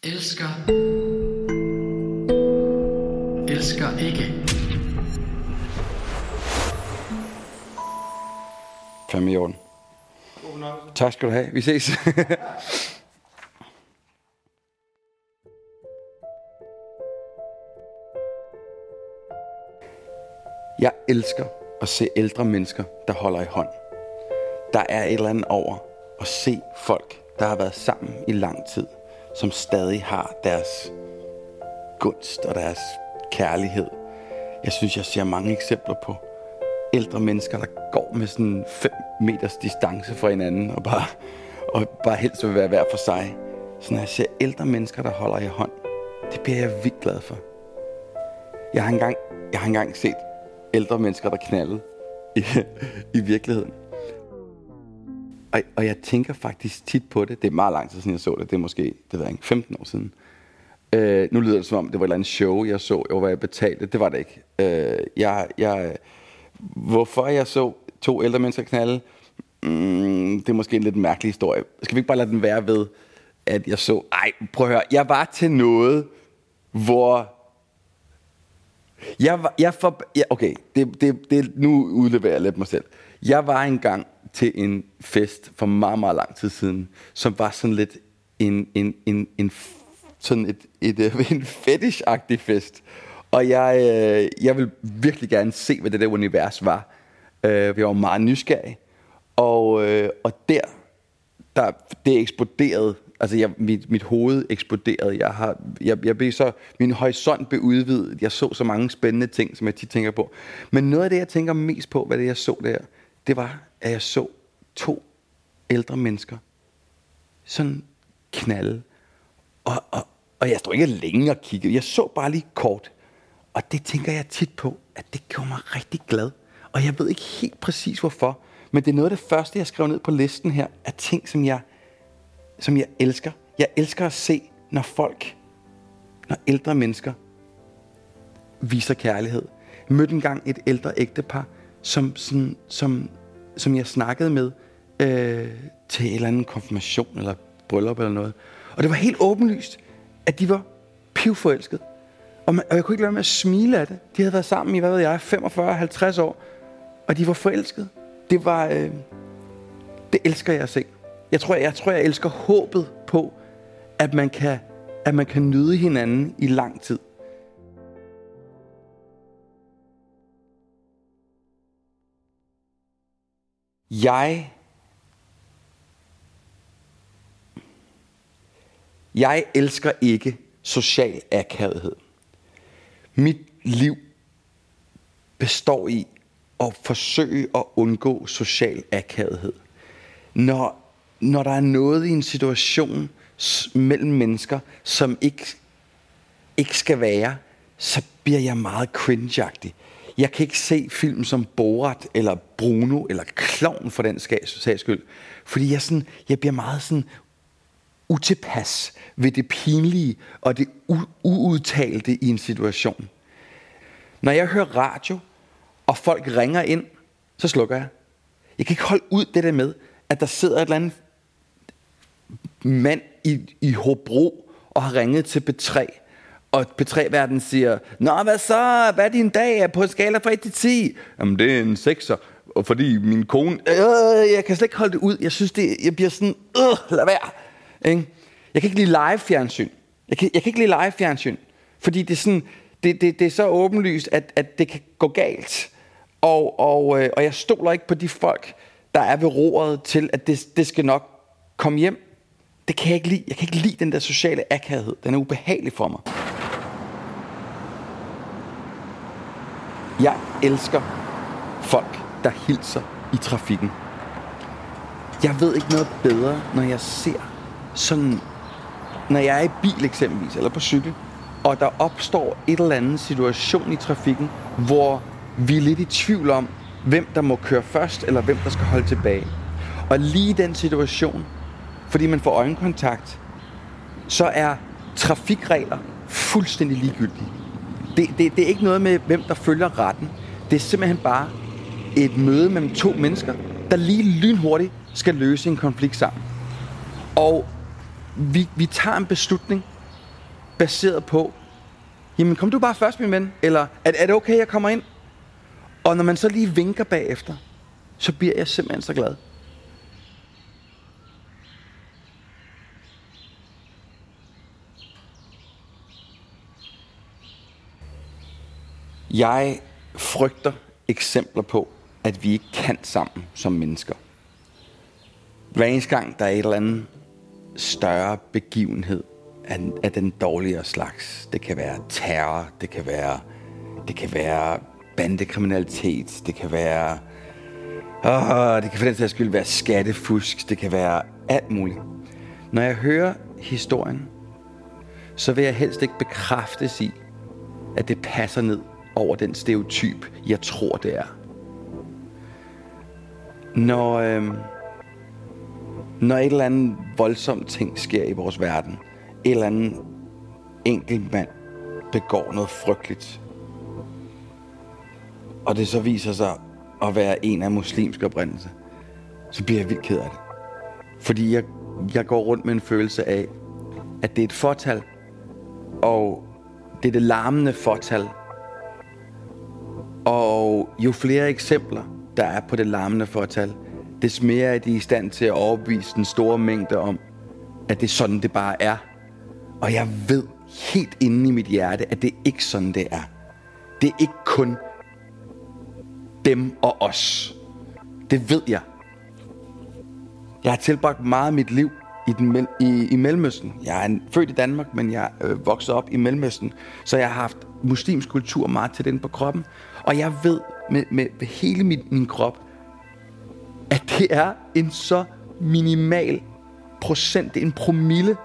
Elsker. Elsker ikke. Fandme i orden. Tak skal du have. Vi ses. Jeg elsker at se ældre mennesker, der holder i hånd. Der er et eller andet over at se folk, der har været sammen i lang tid, som stadig har deres gunst og deres kærlighed. Jeg synes, jeg ser mange eksempler på ældre mennesker, der går med sådan 5 meters distance fra hinanden og bare helst vil være hver for sig. Så når jeg ser ældre mennesker, der holder i hånd, det bliver jeg vildt glad for. Jeg har engang set ældre mennesker, der knaldede i virkeligheden. Og jeg tænker faktisk tit på det. Det er meget lang tid siden, jeg så det. Det er måske 15 år siden. Nu lyder det som om, det var et eller andet show, jeg så. Hvor jeg betalte. Det var det ikke. Hvorfor jeg så 2 ældre mennesker knalde? Det er måske en lidt mærkelig historie. Skal vi ikke bare lade den være ved, at jeg så... Prøv at høre. Jeg var til noget, hvor... Nu udleverer jeg lidt mig selv. Jeg var engang til en fest for meget, meget lang tid siden, som var sådan lidt en fetish-agtig fest. Og jeg vil virkelig gerne se, hvad det der univers var. Jeg var meget nysgerrig. Og det eksploderede. Altså mit hoved eksploderede. Jeg blev så, min horisont blev udvidet. Jeg så så mange spændende ting, som jeg tit tænker på. Men noget af det, jeg tænker mest på, hvad det jeg så der, det var, at jeg så 2 ældre mennesker sådan knalde. Og jeg stod ikke længe og kiggede. Jeg så bare lige kort. Og det tænker jeg tit på, at det gjorde mig rigtig glad. Og jeg ved ikke helt præcis hvorfor. Men det er noget af det første, jeg skrev ned på listen her, af ting, som jeg elsker. Jeg elsker at se, når ældre mennesker viser kærlighed. Jeg mødte engang et ældre ægtepar, som jeg snakkede med til en eller anden konfirmation eller bryllup eller noget. Og det var helt åbenlyst, at de var pivforelskede. Og jeg kunne ikke lade med at smile af det. De havde været sammen i, 45-50 år. Og de var forelskede. Det elsker jeg at se. Jeg tror, jeg elsker håbet på, at man kan nyde hinanden i lang tid. Jeg elsker ikke social akavethed. Mit liv består i at forsøge at undgå social akavethed. Når der er noget i en situation mellem mennesker, som ikke skal være, så bliver jeg meget cringe-agtig. Jeg kan ikke se film som Borat, eller Bruno, eller Klovn for den sags skyld. Fordi jeg bliver meget sådan utilpas ved det pinlige og det uudtalte i en situation. Når jeg hører radio, og folk ringer ind, så slukker jeg. Jeg kan ikke holde ud det der med, at der sidder et eller andet mand i Hobro og har ringet til B3. Og P3-verden siger, nå, hvad så? Hvad er din dag på en skala fra 1 til 10? Jamen, det er en 6'er. Og fordi min kone... jeg kan slet ikke holde det ud. Jeg synes, jeg bliver sådan... lad være. Ikke? Jeg kan ikke lide live-fjernsyn. Jeg kan ikke lide live-fjernsyn. Fordi det er sådan... Det er så åbenlyst, at det kan gå galt. Og jeg stoler ikke på de folk, der er ved roret til, at det skal nok komme hjem. Det kan jeg ikke lide. Jeg kan ikke lide den der sociale akavethed. Den er ubehagelig for mig. Jeg elsker folk, der hilser i trafikken. Jeg ved ikke noget bedre, når jeg ser sådan... Når jeg er i bil eksempelvis, eller på cykel, og der opstår et eller andet situation i trafikken, hvor vi er lidt i tvivl om, hvem der må køre først, eller hvem der skal holde tilbage. Og lige i den situation, fordi man får øjenkontakt, så er trafikregler fuldstændig ligegyldige. Det er ikke noget med, hvem der følger retten. Det er simpelthen bare et møde mellem 2 mennesker, der lige lynhurtigt skal løse en konflikt sammen. Og vi tager en beslutning baseret på, jamen kom du bare først, min ven, eller er det okay, jeg kommer ind? Og når man så lige vinker bagefter, så bliver jeg simpelthen så glad. Jeg frygter eksempler på, at vi ikke kan sammen som mennesker. Hver eneste gang, der er et eller andet større begivenhed af den dårligere slags. Det kan være terror, det kan være bandekriminalitet, det kan være for den sags skyld være skattefusk, det kan være alt muligt. Når jeg hører historien, så vil jeg helst ikke bekræftes i, at det passer ned over den stereotyp, jeg tror det er. Når et eller andet voldsomt ting sker i vores verden, et eller andet enkelt mand begår noget frygteligt, og det så viser sig at være en af muslimsk oprindelse, så bliver jeg vildt ked af det. Fordi jeg går rundt med en følelse af, at det er et fortal, og det er det larmende fortal. Og jo flere eksempler, der er på det larmende fortal, des mere er de i stand til at overbevise den store mængde om, at det er sådan, det bare er. Og jeg ved helt inde i mit hjerte, at det ikke sådan, det er. Det er ikke kun dem og os. Det ved jeg. Jeg har tilbragt meget af mit liv i Mellemøsten. Jeg er født i Danmark, men jeg er vokset op i Mellemøsten. Så jeg har haft muslimsk kultur meget tæt inde på kroppen. Og jeg ved med hele min krop, at det er en så minimal procent, det er en promille,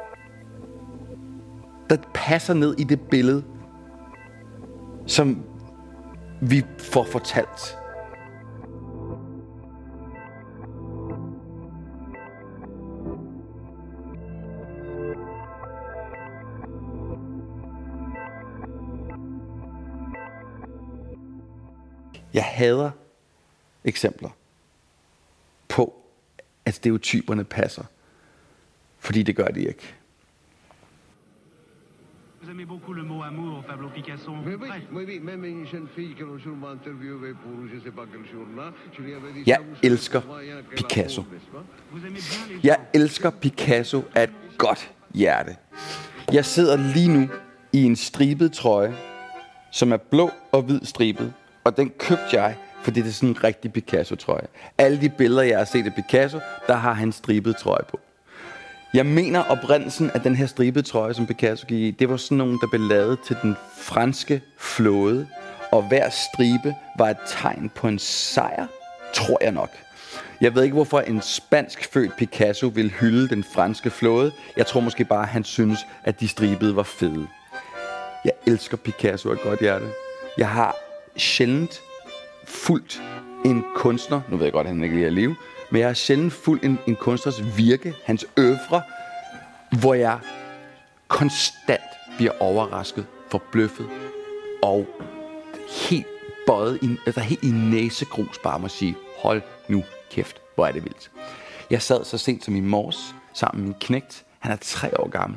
der passer ned i det billede, som vi får fortalt. Jeg hader eksempler på, at stereotyperne passer. Fordi det gør de ikke. Vous aimez beaucoup le mot amour, Pablo Picasso. Oui, même une jeune fille que l'un jour m'a interviewé pour je sais pas quel journal. Je lui avais dit Jeg elsker Picasso. Jeg elsker Picasso af et godt hjerte. Jeg sidder lige nu i en stribet trøje, som er blå og hvid stribet. Og den købte jeg, fordi det er sådan en rigtig Picasso-trøje. Alle de billeder, jeg har set af Picasso, der har han stribet trøje på. Jeg mener oprindelsen af den her stribede trøje, som Picasso gik i, det var sådan nogle, der blev lavet til den franske flåde. Og hver stribe var et tegn på en sejr, tror jeg nok. Jeg ved ikke, hvorfor en spansk født Picasso ville hylde den franske flåde. Jeg tror måske bare, at han synes, at de stribede var fede. Jeg elsker Picasso af et godt hjerte. Jeg har sjældent fulgt en kunstner, nu ved jeg godt, at han ikke lige er i live, men jeg har sjældent fulgt en kunstners virke, hans oeuvre, hvor jeg konstant bliver overrasket, forbløffet og helt bøjet, helt i næsegrus bare må sige, hold nu kæft, hvor er det vildt. Jeg sad så sent som i morges sammen med min knægt, han er 3 år gammel,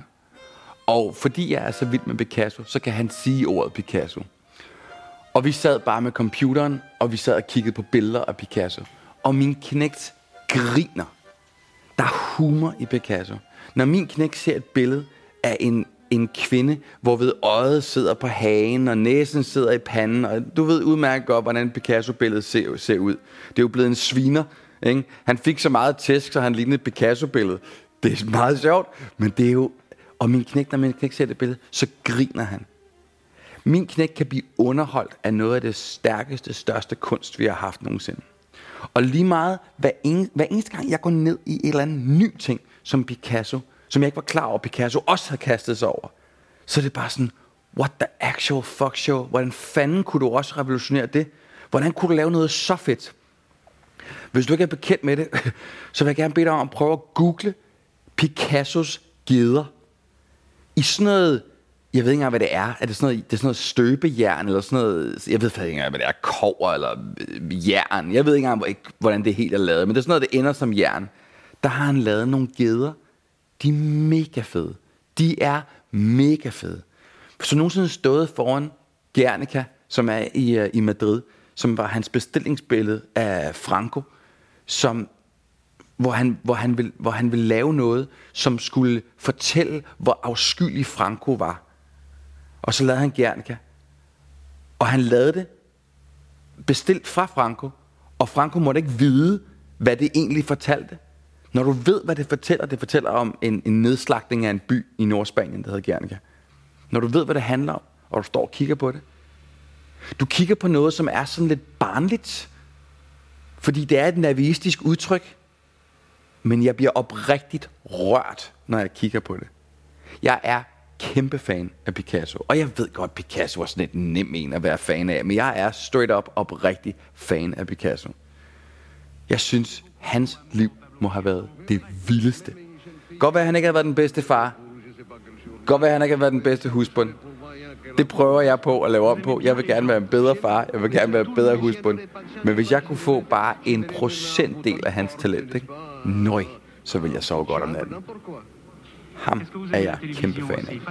og fordi jeg er så vild med Picasso, så kan han sige ordet Picasso. Og vi sad bare med computeren, og vi sad og kiggede på billeder af Picasso. Og min knægt griner. Der er humor i Picasso. Når min knægt ser et billede af en kvinde, hvorved øjet sidder på hagen, og næsen sidder i panden, og du ved udmærket godt, hvordan Picasso-billedet ser ud. Det er jo blevet en sviner, ikke? Han fik så meget tæsk, så han lignede et Picasso-billede. Det er meget sjovt, men det er jo... Og når min knægt ser det billede, så griner han. Min knægt kan blive underholdt af noget af det stærkeste, største kunst, vi har haft nogensinde. Og lige meget, hver eneste gang, jeg går ned i et eller andet ny ting, som Picasso, som jeg ikke var klar over, Picasso også havde kastet sig over, så er det bare sådan, what the actual fuck show? Hvordan fanden kunne du også revolutionere det? Hvordan kunne du lave noget så fedt? Hvis du ikke er bekendt med det, så vil jeg gerne bede dig om at prøve at google Picassos geder. I sådan noget... Jeg ved ikke engang, hvad det er. Er det sådan noget støbejern, eller sådan noget... Jeg ved ikke engang, hvad det er. Kobber, eller jern. Jeg ved ikke engang, hvordan det helt er lavet. Men det er sådan noget, det ender som jern. Der har han lavet nogle geder. De er mega fede. De er mega fede. Hvis du nogensinde stået foran Guernica, som er i Madrid, som var hans bestillingsbillede af Franco, hvor han ville lave noget, som skulle fortælle, hvor afskyelig Franco var. Og så lavede han Guernica. Og han lavede det bestilt fra Franco, og Franco måtte ikke vide, hvad det egentlig fortalte. Når du ved, hvad det fortæller om en nedslagtning af en by i Nordspanien, der hedder Guernica. Når du ved, hvad det handler om, og du står og kigger på det. Du kigger på noget, som er sådan lidt barnligt, fordi det er et naivistisk udtryk, men jeg bliver oprigtigt rørt, når jeg kigger på det. Jeg er kæmpe fan af Picasso, og jeg ved godt, Picasso er sådan et nem en at være fan af, men jeg er straight up oprigtig fan af Picasso. Jeg synes, hans liv må have været det vildeste. Godt være, at han ikke har været den bedste far. Godt være, at han ikke har været den bedste husbund. Det prøver jeg på at lave om på. Jeg vil gerne være en bedre far. Jeg vil gerne være en bedre husbund. Men hvis jeg kunne få bare 1% af hans talent, ikke? Nøj, så vil jeg sove godt om natten. Ham er jeg kæmpe fan af.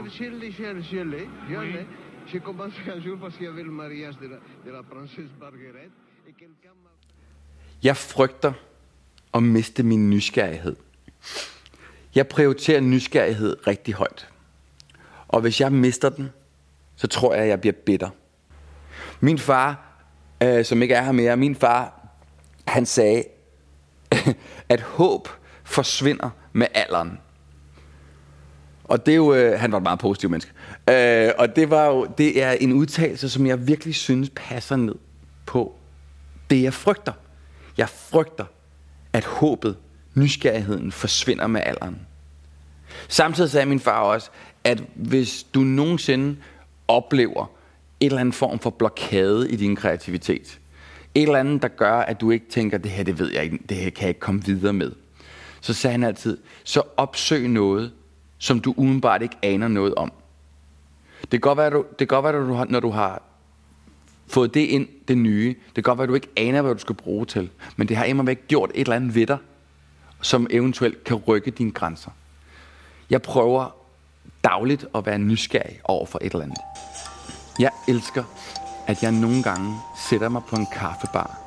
Jeg frygter at miste min nysgerrighed. Jeg prioriterer nysgerrighed rigtig højt. Og hvis jeg mister den, så tror jeg, at jeg bliver bitter. Min far, som ikke er her mere, min far, han sagde, at håb forsvinder med alderen. Og det er jo, han var et meget positiv menneske. Og det er en udtalelse, som jeg virkelig synes passer ned på det, jeg frygter. Jeg frygter, at håbet, nysgerrigheden forsvinder med alderen. Samtidig sagde min far også, at hvis du nogensinde oplever et eller andet form for blokade i din kreativitet, et eller andet, der gør, at du ikke tænker, det her, det ved jeg ikke, det her kan jeg ikke komme videre med, så sagde han altid, så opsøg noget, som du umiddelbart ikke aner noget om. Det kan godt være, når du har fået det ind, det nye, det kan godt være, at du ikke aner, hvad du skal bruge til, men det har immervæk gjort et eller andet ved dig, som eventuelt kan rykke dine grænser. Jeg prøver dagligt at være nysgerrig over for et eller andet. Jeg elsker, at jeg nogle gange sætter mig på en kaffebar,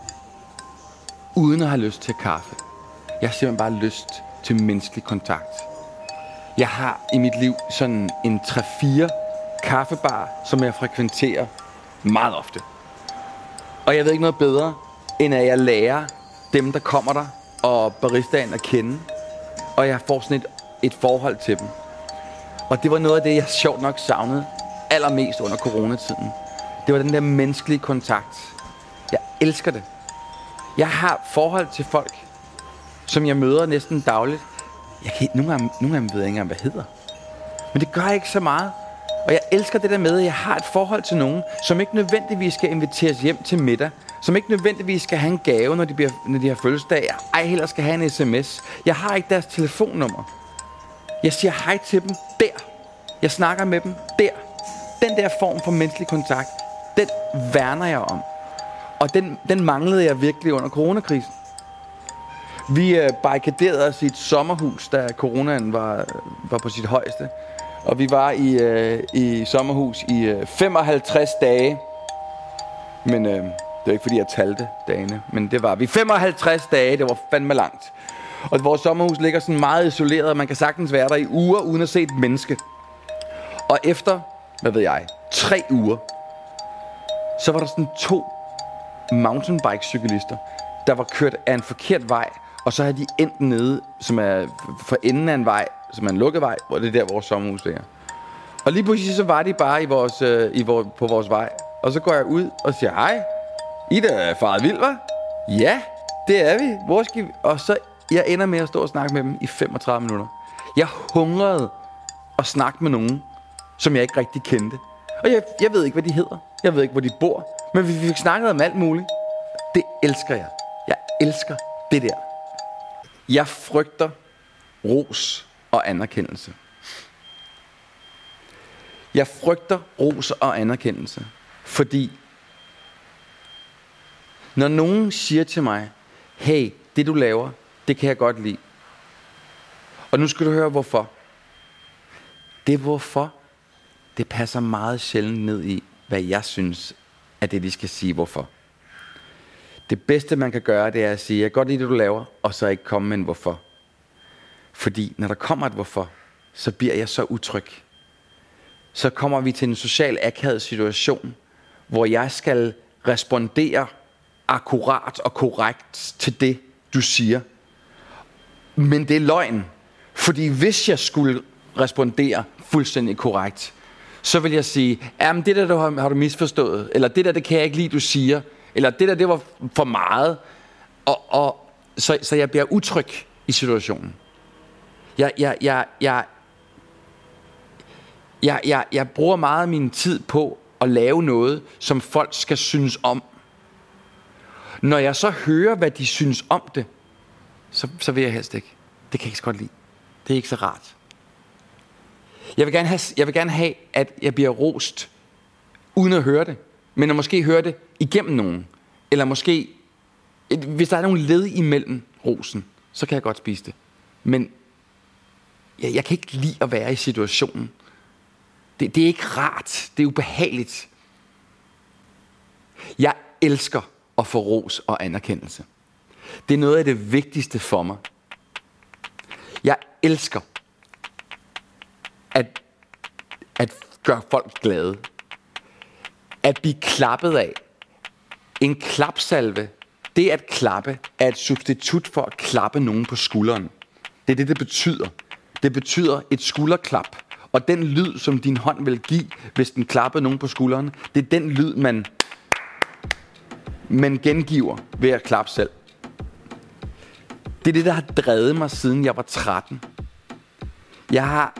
uden at have lyst til kaffe. Jeg har simpelthen bare lyst til menneskelig kontakt. Jeg har i mit liv sådan en 3-4 kaffebar, som jeg frekventerer meget ofte. Og jeg ved ikke noget bedre, end at jeg lærer dem, der kommer der, og baristaen at kende. Og jeg får sådan et forhold til dem. Og det var noget af det, jeg sjovt nok savnede allermest under coronatiden. Det var den der menneskelige kontakt. Jeg elsker det. Jeg har forhold til folk, som jeg møder næsten dagligt. Nogle af dem ved jeg ikke engang, hvad hedder. Men det gør ikke så meget. Og jeg elsker det der med, at jeg har et forhold til nogen, som ikke nødvendigvis skal inviteres hjem til middag. Som ikke nødvendigvis skal have en gave, når de har fødselsdag. Ej, heller skal have en sms. Jeg har ikke deres telefonnummer. Jeg siger hej til dem der. Jeg snakker med dem der. Den der form for menneskelig kontakt, den værner jeg om. Og den manglede jeg virkelig under coronakrisen. Vi barrikaderede os i et sommerhus, da coronaen var på sit højeste. Og vi var i sommerhus i 55 dage. Men det er ikke fordi, jeg talte dagene. Men det var vi. 55 dage, det var fandme langt. Og vores sommerhus ligger sådan meget isoleret, og man kan sagtens være der i uger, uden at se et menneske. Og efter, 3 uger, så var der sådan 2 mountainbike-cyklister, der var kørt af en forkert vej, og så havde de endt nede, som er for enden af en vej, som er en lukket vej, hvor det er der, vores sommerhus ligger. Og lige pludselig så var de bare på vores vej. Og så går jeg ud og siger, hej, I er faret vild, hva'? Ja, det er vi. Hvor skal vi? Og så jeg ender med at stå og snakke med dem i 35 minutter. Jeg hungrede at snakke med nogen, som jeg ikke rigtig kendte. Og jeg ved ikke, hvad de hedder. Jeg ved ikke, hvor de bor. Men vi fik snakket om alt muligt. Det elsker jeg. Jeg elsker det der. Jeg frygter ros og anerkendelse. Jeg frygter ros og anerkendelse, fordi når nogen siger til mig, hey, det du laver, det kan jeg godt lide. Og nu skal du høre, hvorfor. Det hvorfor, det passer meget sjældent ned i, hvad jeg synes, er det, de skal sige hvorfor. Det bedste, man kan gøre, det er at sige, jeg kan godt lide det, du laver, og så ikke komme med en hvorfor. Fordi når der kommer et hvorfor, så bliver jeg så utryg. Så kommer vi til en social akavet situation, hvor jeg skal respondere akkurat og korrekt til det, du siger. Men det er løgn. Fordi hvis jeg skulle respondere fuldstændig korrekt, så vil jeg sige, jamen det der har du misforstået, eller det der, det kan jeg ikke lide, du siger, eller det der, det var for meget. Så jeg bliver utryg i situationen. Jeg bruger meget af min tid på at lave noget, som folk skal synes om. Når jeg så hører, hvad de synes om det, så vil jeg helst ikke. Det kan jeg ikke så godt lide. Det er ikke så rart. Jeg vil gerne have, at jeg bliver rost, uden at høre det. Men at måske høre det igennem nogen. Eller måske, hvis der er nogle led imellem rosen, så kan jeg godt spise det. Men jeg kan ikke lide at være i situationen. Det er ikke rart. Det er ubehageligt. Jeg elsker at få ros og anerkendelse. Det er noget af det vigtigste for mig. Jeg elsker at gøre folk glade. At blive klappet af. En klapsalve, det at klappe, er et substitut for at klappe nogen på skulderen. Det er det, det betyder. Det betyder et skulderklap. Og den lyd, som din hånd vil give, hvis den klappede nogen på skulderen, det er den lyd, man gengiver ved at klappe selv. Det er det, der har drevet mig, siden jeg var 13. Jeg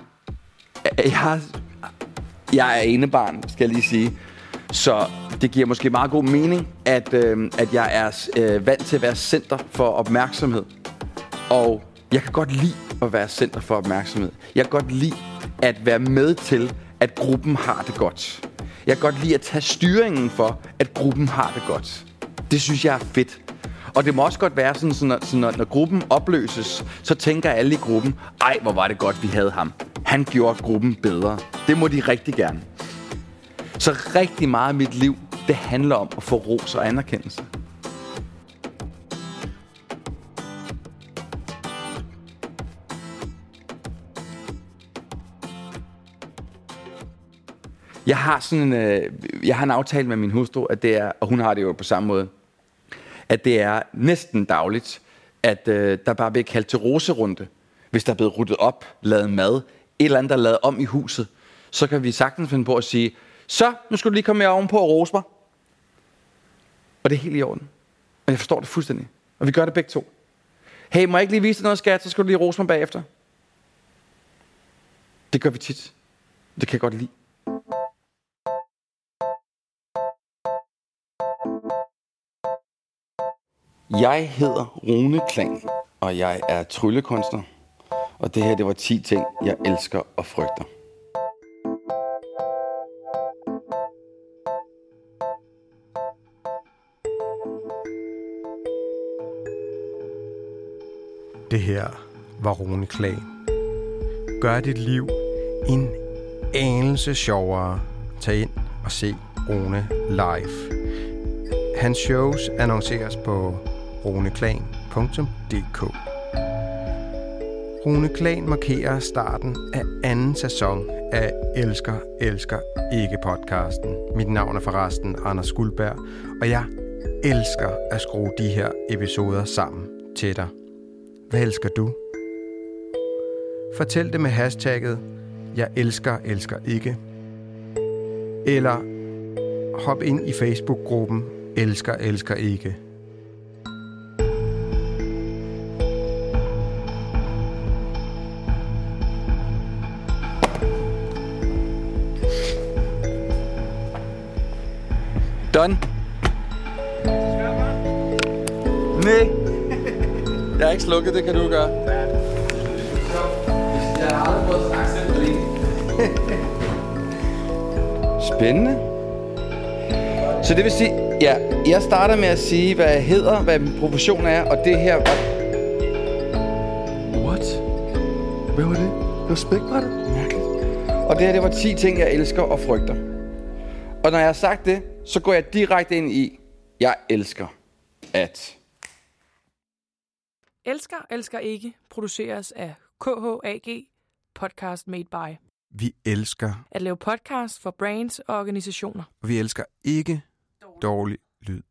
er enebarn, skal jeg lige sige. Så det giver måske meget god mening, at jeg er vant til at være center for opmærksomhed. Og jeg kan godt lide at være center for opmærksomhed. Jeg kan godt lide at være med til, at gruppen har det godt. Jeg kan godt lide at tage styringen for, at gruppen har det godt. Det synes jeg er fedt. Og det må også godt være sådan, når gruppen opløses, så tænker alle i gruppen, ej, hvor var det godt, vi havde ham. Han gjorde gruppen bedre. Det må de rigtig gerne. Så rigtig meget af mit liv, det handler om at få ros og anerkendelse. Jeg har en aftale med min hustru, at det er, og hun har det jo på samme måde, at det er næsten dagligt, at der bare bliver kaldt til roserunde. Hvis der er blevet ryddet op, lavet mad, et eller andet, der er lavet om i huset, så kan vi sagtens finde på at sige, så, nu skal du lige komme med ovenpå og rose mig. Og det er helt i orden. Og jeg forstår det fuldstændig. Og vi gør det begge to. Hey, må jeg ikke lige vise dig noget, skat, så skal du lige rose mig bagefter. Det gør vi tit. Det kan jeg godt lide. Jeg hedder Rune Klan, og jeg er tryllekunstner. Og det her, det var 10 ting, jeg elsker og frygter. Det her var Rune Klan. Gør dit liv en anelse sjovere. Tag ind og se Rune live. Hans shows annonceres på runeklan.dk. Rune Klan markerer starten af 2. sæson af Elsker ikke podcasten. Mit navn er forresten Anders Guldberg, og jeg elsker at skrue de her episoder sammen til dig. Hvad elsker du? Fortæl det med hashtagget jeg elsker ikke. Eller hop ind i Facebook-gruppen Elsker ikke. Done. Nej. Jeg har ikke slukket, det kan du gøre. Jeg har aldrig prøvet at snakke selv alene. Spændende. Så det vil sige, ja, jeg starter med at sige, hvad jeg hedder, hvad min profession er, og det her var... What? Hvad var det? Det var spækbrættet? Mærkeligt. Og det her, det var 10 ting, jeg elsker og frygter. Og når jeg har sagt det, så går jeg direkte ind i, jeg elsker at... Elsker ikke produceres af KHAG, podcast made by. Vi elsker, At lave podcast for brands og organisationer. og vi elsker ikke dårlig lyd.